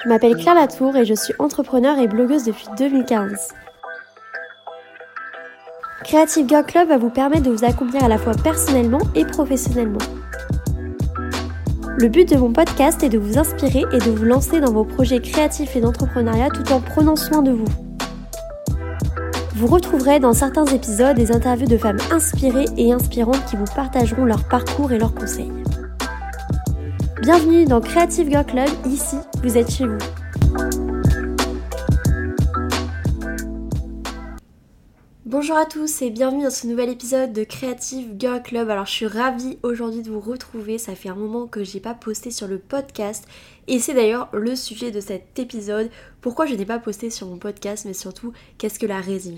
Je m'appelle Claire Latour et je suis entrepreneure et blogueuse depuis 2015. Creative Girl Club va vous permettre de vous accomplir à la fois personnellement et professionnellement. Le but de mon podcast est de vous inspirer et de vous lancer dans vos projets créatifs et d'entrepreneuriat tout en prenant soin de vous. Vous retrouverez dans certains épisodes des interviews de femmes inspirées et inspirantes qui vous partageront leur parcours et leurs conseils. Bienvenue dans Creative Girl Club, ici, vous êtes chez vous. Bonjour à tous et bienvenue dans ce nouvel épisode de Creative Girl Club. Alors je suis ravie aujourd'hui de vous retrouver, ça fait un moment que j'ai pas posté sur le podcast et c'est d'ailleurs le sujet de cet épisode. Pourquoi je n'ai pas posté sur mon podcast, mais surtout qu'est-ce que la résilience ?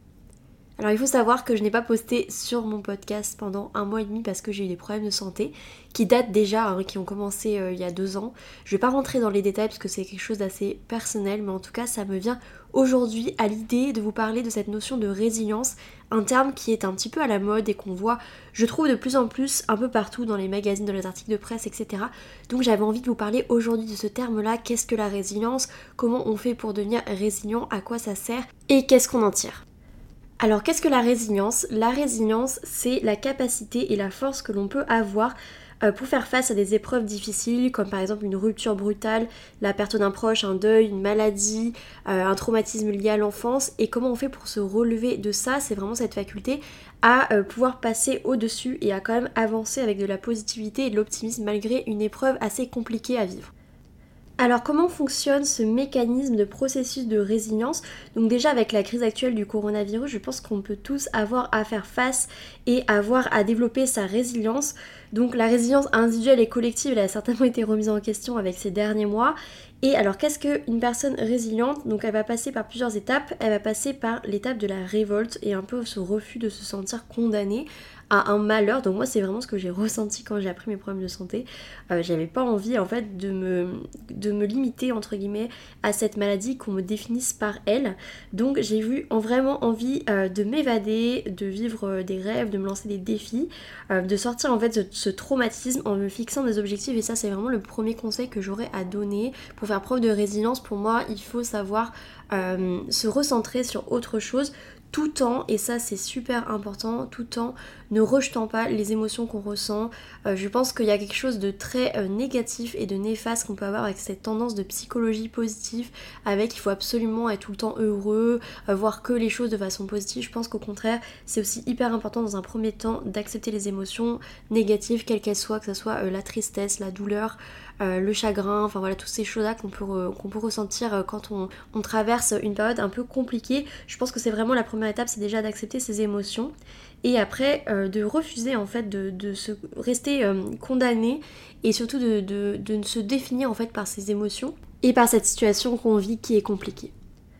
Alors il faut savoir que je n'ai pas posté sur mon podcast pendant 1 mois et demi parce que j'ai eu des problèmes de santé qui datent déjà, qui ont commencé il y a 2 ans. Je ne vais pas rentrer dans les détails parce que c'est quelque chose d'assez personnel, mais en tout cas ça me vient aujourd'hui à l'idée de vous parler de cette notion de résilience, un terme qui est un petit peu à la mode et qu'on voit, je trouve, de plus en plus un peu partout dans les magazines, dans les articles de presse, etc. Donc j'avais envie de vous parler aujourd'hui de ce terme-là, qu'est-ce que la résilience, comment on fait pour devenir résilient, à quoi ça sert et qu'est-ce qu'on en tire. Alors qu'est-ce que la résilience ? La résilience, c'est la capacité et la force que l'on peut avoir pour faire face à des épreuves difficiles, comme par exemple une rupture brutale, la perte d'un proche, un deuil, une maladie, un traumatisme lié à l'enfance, et comment on fait pour se relever de ça ? C'est vraiment cette faculté à pouvoir passer au-dessus et à quand même avancer avec de la positivité et de l'optimisme malgré une épreuve assez compliquée à vivre. Alors comment fonctionne ce mécanisme de processus de résilience ? Donc déjà avec la crise actuelle du coronavirus, je pense qu'on peut tous avoir à faire face et avoir à développer sa résilience. Donc la résilience individuelle et collective, elle a certainement été remise en question avec ces derniers mois. Et alors qu'est-ce qu'une personne résiliente ? Donc elle va passer par plusieurs étapes. Elle va passer par l'étape de la révolte et un peu ce refus de se sentir condamnée à un malheur. Donc moi c'est vraiment ce que j'ai ressenti quand j'ai appris mes problèmes de santé. J'avais pas envie en fait de me limiter entre guillemets à cette maladie, qu'on me définisse par elle. Donc j'ai eu vraiment envie de m'évader, de vivre des rêves, de me lancer des défis, de sortir en fait de ce traumatisme en me fixant des objectifs. Et ça c'est vraiment le premier conseil que j'aurais à donner. Pour faire preuve de résilience, pour moi il faut savoir se recentrer sur autre chose, tout en, et ça c'est super important, tout en ne rejetant pas les émotions qu'on ressent. Je pense qu'il y a quelque chose de très négatif et de néfaste qu'on peut avoir avec cette tendance de psychologie positive, avec il faut absolument être tout le temps heureux, voir que les choses de façon positive. Je pense qu'au contraire c'est aussi hyper important dans un premier temps d'accepter les émotions négatives, quelles qu'elles soient, que ce soit la tristesse, la douleur, le chagrin, enfin voilà, toutes ces choses-là qu'on peut ressentir quand on traverse une période un peu compliquée. Je pense que c'est vraiment la première étape, c'est déjà d'accepter ces émotions et après de refuser en fait de se rester condamné et surtout de se définir en fait par ces émotions et par cette situation qu'on vit qui est compliquée.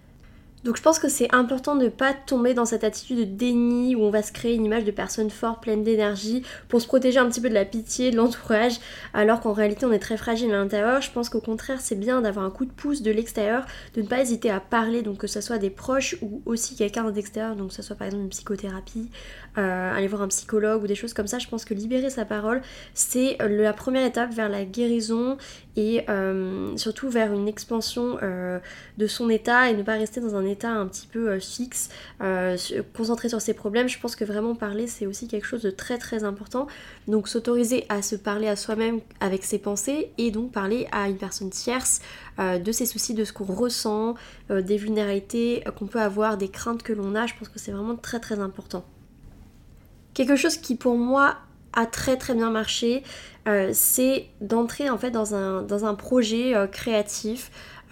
Donc je pense que c'est important de ne pas tomber dans cette attitude de déni où on va se créer une image de personne forte, pleine d'énergie, pour se protéger un petit peu de la pitié, de l'entourage, alors qu'en réalité on est très fragile à l'intérieur. Je pense qu'au contraire c'est bien d'avoir un coup de pouce de l'extérieur, de ne pas hésiter à parler, donc que ce soit des proches ou aussi quelqu'un d'extérieur, donc que ce soit par exemple une psychothérapie, aller voir un psychologue ou des choses comme ça. Je pense que libérer sa parole c'est la première étape vers la guérison et surtout vers une expansion de son état et ne pas rester dans un état un petit peu fixe, concentré sur ses problèmes. Je pense que vraiment parler c'est aussi quelque chose de très très important, donc s'autoriser à se parler à soi-même avec ses pensées et donc parler à une personne tierce de ses soucis, de ce qu'on ressent, des vulnérabilités qu'on peut avoir, des craintes que l'on a. Je pense que c'est vraiment très très important. Quelque chose qui pour moi a très très bien marché, c'est d'entrer en fait dans un projet créatif,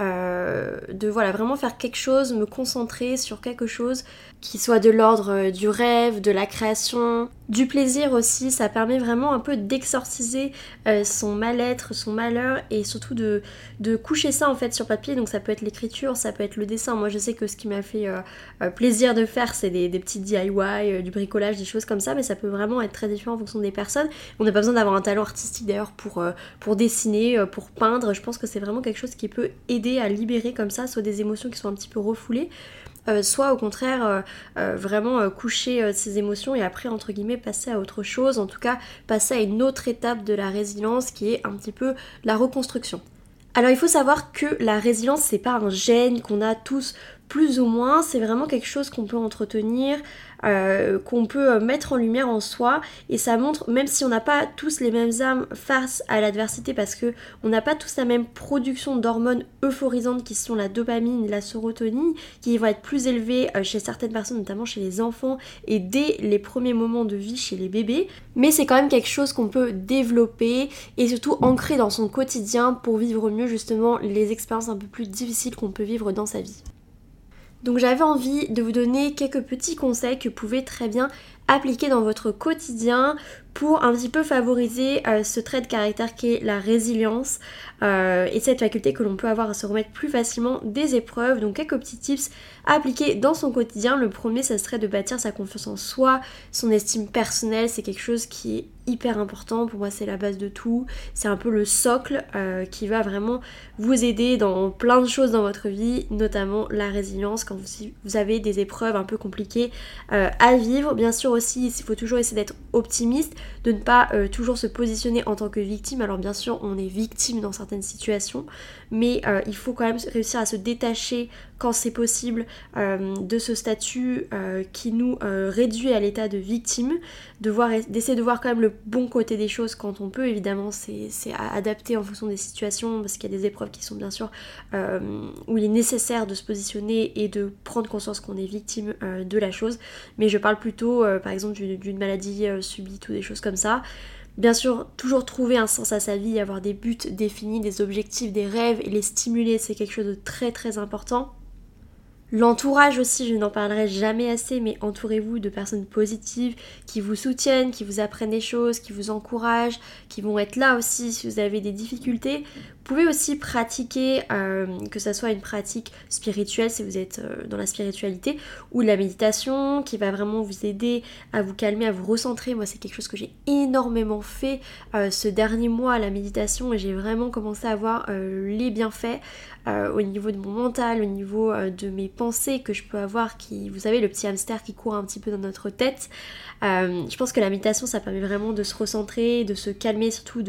de voilà, vraiment faire quelque chose, me concentrer sur quelque chose qui soit de l'ordre du rêve, de la création, du plaisir aussi. Ça permet vraiment un peu d'exorciser son mal-être, son malheur et surtout de coucher ça en fait sur papier. Donc ça peut être l'écriture, ça peut être le dessin. Moi je sais que ce qui m'a fait plaisir de faire c'est des petits DIY, du bricolage, des choses comme ça, mais ça peut vraiment être très différent en fonction des personnes. On n'a pas besoin d'avoir un talent artistique d'ailleurs pour dessiner, pour peindre. Je pense que c'est vraiment quelque chose qui peut aider à libérer comme ça, soit des émotions qui sont un petit peu refoulées, soit au contraire vraiment coucher ses émotions et après entre guillemets passer à autre chose, en tout cas passer à une autre étape de la résilience qui est un petit peu la reconstruction. Alors il faut savoir que la résilience, c'est pas un gène qu'on a tous plus ou moins, c'est vraiment quelque chose qu'on peut entretenir, qu'on peut mettre en lumière en soi, et ça montre, même si on n'a pas tous les mêmes armes face à l'adversité, parce que on n'a pas tous la même production d'hormones euphorisantes qui sont la dopamine et la sérotonine, qui vont être plus élevées chez certaines personnes, notamment chez les enfants et dès les premiers moments de vie chez les bébés, mais c'est quand même quelque chose qu'on peut développer et surtout ancrer dans son quotidien pour vivre mieux justement les expériences un peu plus difficiles qu'on peut vivre dans sa vie. Donc j'avais envie de vous donner quelques petits conseils que vous pouvez très bien appliquer dans votre quotidien pour un petit peu favoriser ce trait de caractère qui est la résilience et cette faculté que l'on peut avoir à se remettre plus facilement des épreuves. Donc quelques petits tips à appliquer dans son quotidien. Le premier, ça serait de bâtir sa confiance en soi, son estime personnelle. C'est quelque chose qui est hyper important. Pour moi, c'est la base de tout. C'est un peu le socle qui va vraiment vous aider dans plein de choses dans votre vie, notamment la résilience quand vous avez des épreuves un peu compliquées à vivre. Bien sûr aussi, il faut toujours essayer d'être optimiste, de ne pas toujours se positionner en tant que victime. Alors bien sûr, on est victime dans certaines situations, mais il faut quand même réussir à se détacher quand c'est possible de ce statut qui nous réduit à l'état de victime, d'essayer de voir quand même le bon côté des choses quand on peut. Évidemment, c'est à adapter en fonction des situations, parce qu'il y a des épreuves qui sont bien sûr où il est nécessaire de se positionner et de prendre conscience qu'on est victime de la chose, mais je parle plutôt par exemple d'une maladie subite ou des choses comme ça. Bien sûr, toujours trouver un sens à sa vie, avoir des buts définis, des objectifs, des rêves et les stimuler, c'est quelque chose de très très important. L'entourage aussi, je n'en parlerai jamais assez, mais entourez-vous de personnes positives qui vous soutiennent, qui vous apprennent des choses, qui vous encouragent, qui vont être là aussi si vous avez des difficultés. Vous pouvez aussi pratiquer, que ça soit une pratique spirituelle si vous êtes dans la spiritualité, ou de la méditation qui va vraiment vous aider à vous calmer, à vous recentrer. Moi, c'est quelque chose que j'ai énormément fait ce dernier mois, la méditation, et j'ai vraiment commencé à voir les bienfaits au niveau de mon mental, au niveau de mes pensées que je peux avoir, vous savez, le petit hamster qui court un petit peu dans notre tête. Je pense que la méditation, ça permet vraiment de se recentrer, de se calmer, surtout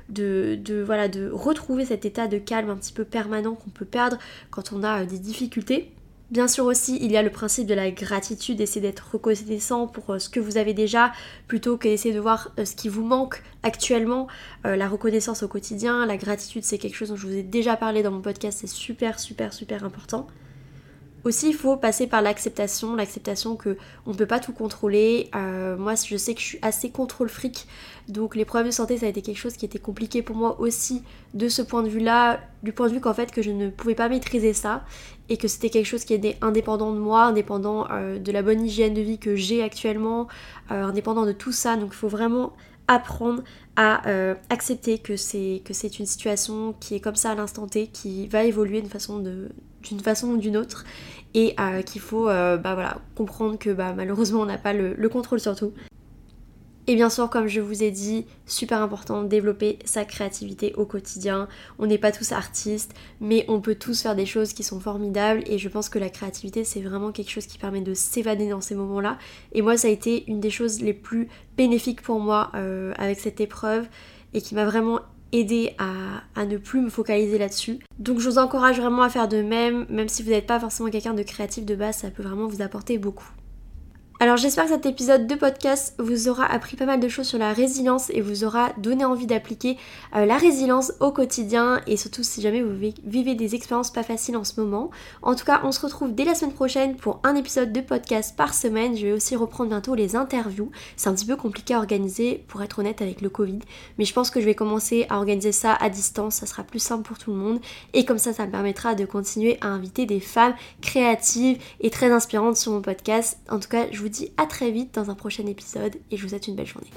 de retrouver cet état de calme un petit peu permanent qu'on peut perdre quand on a des difficultés. Bien sûr aussi, il y a le principe de la gratitude, essayer d'être reconnaissant pour ce que vous avez déjà, plutôt que d'essayer de voir ce qui vous manque actuellement. La reconnaissance au quotidien, la gratitude, c'est quelque chose dont je vous ai déjà parlé dans mon podcast, c'est super important. Aussi, il faut passer par l'acceptation que on ne peut pas tout contrôler. Moi, je sais que je suis assez contrôle fric, donc les problèmes de santé, ça a été quelque chose qui était compliqué pour moi aussi de ce point de vue-là, du point de vue qu'en fait que je ne pouvais pas maîtriser ça et que c'était quelque chose qui était indépendant de moi, indépendant de la bonne hygiène de vie que j'ai actuellement, indépendant de tout ça. Donc il faut vraiment apprendre à accepter que c'est une situation qui est comme ça à l'instant T, qui va évoluer d'une façon ou d'une autre, et qu'il faut comprendre que malheureusement on n'a pas le contrôle sur tout. Et bien sûr, comme je vous ai dit, super important, développer sa créativité au quotidien. On n'est pas tous artistes, mais on peut tous faire des choses qui sont formidables, et je pense que la créativité, c'est vraiment quelque chose qui permet de s'évader dans ces moments-là. Et moi, ça a été une des choses les plus bénéfiques pour moi avec cette épreuve, et qui m'a vraiment aidé à ne plus me focaliser là-dessus. Donc je vous encourage vraiment à faire de même si vous n'êtes pas forcément quelqu'un de créatif de base, ça peut vraiment vous apporter beaucoup. Alors j'espère que cet épisode de podcast vous aura appris pas mal de choses sur la résilience et vous aura donné envie d'appliquer la résilience au quotidien, et surtout si jamais vous vivez des expériences pas faciles en ce moment. En tout cas, on se retrouve dès la semaine prochaine pour un épisode de podcast par semaine. Je vais aussi reprendre bientôt les interviews. C'est un petit peu compliqué à organiser pour être honnête avec le Covid, mais je pense que je vais commencer à organiser ça à distance, ça sera plus simple pour tout le monde, et comme ça me permettra de continuer à inviter des femmes créatives et très inspirantes sur mon podcast. En tout cas, je vous dis à très vite dans un prochain épisode et je vous souhaite une belle journée.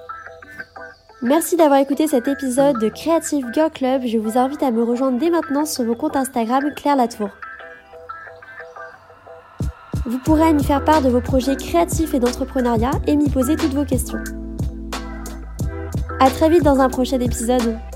Merci d'avoir écouté cet épisode de Creative Girl Club. Je vous invite à me rejoindre dès maintenant sur mon compte Instagram Claire Latour. Vous pourrez m'y faire part de vos projets créatifs et d'entrepreneuriat et m'y poser toutes vos questions. À très vite dans un prochain épisode.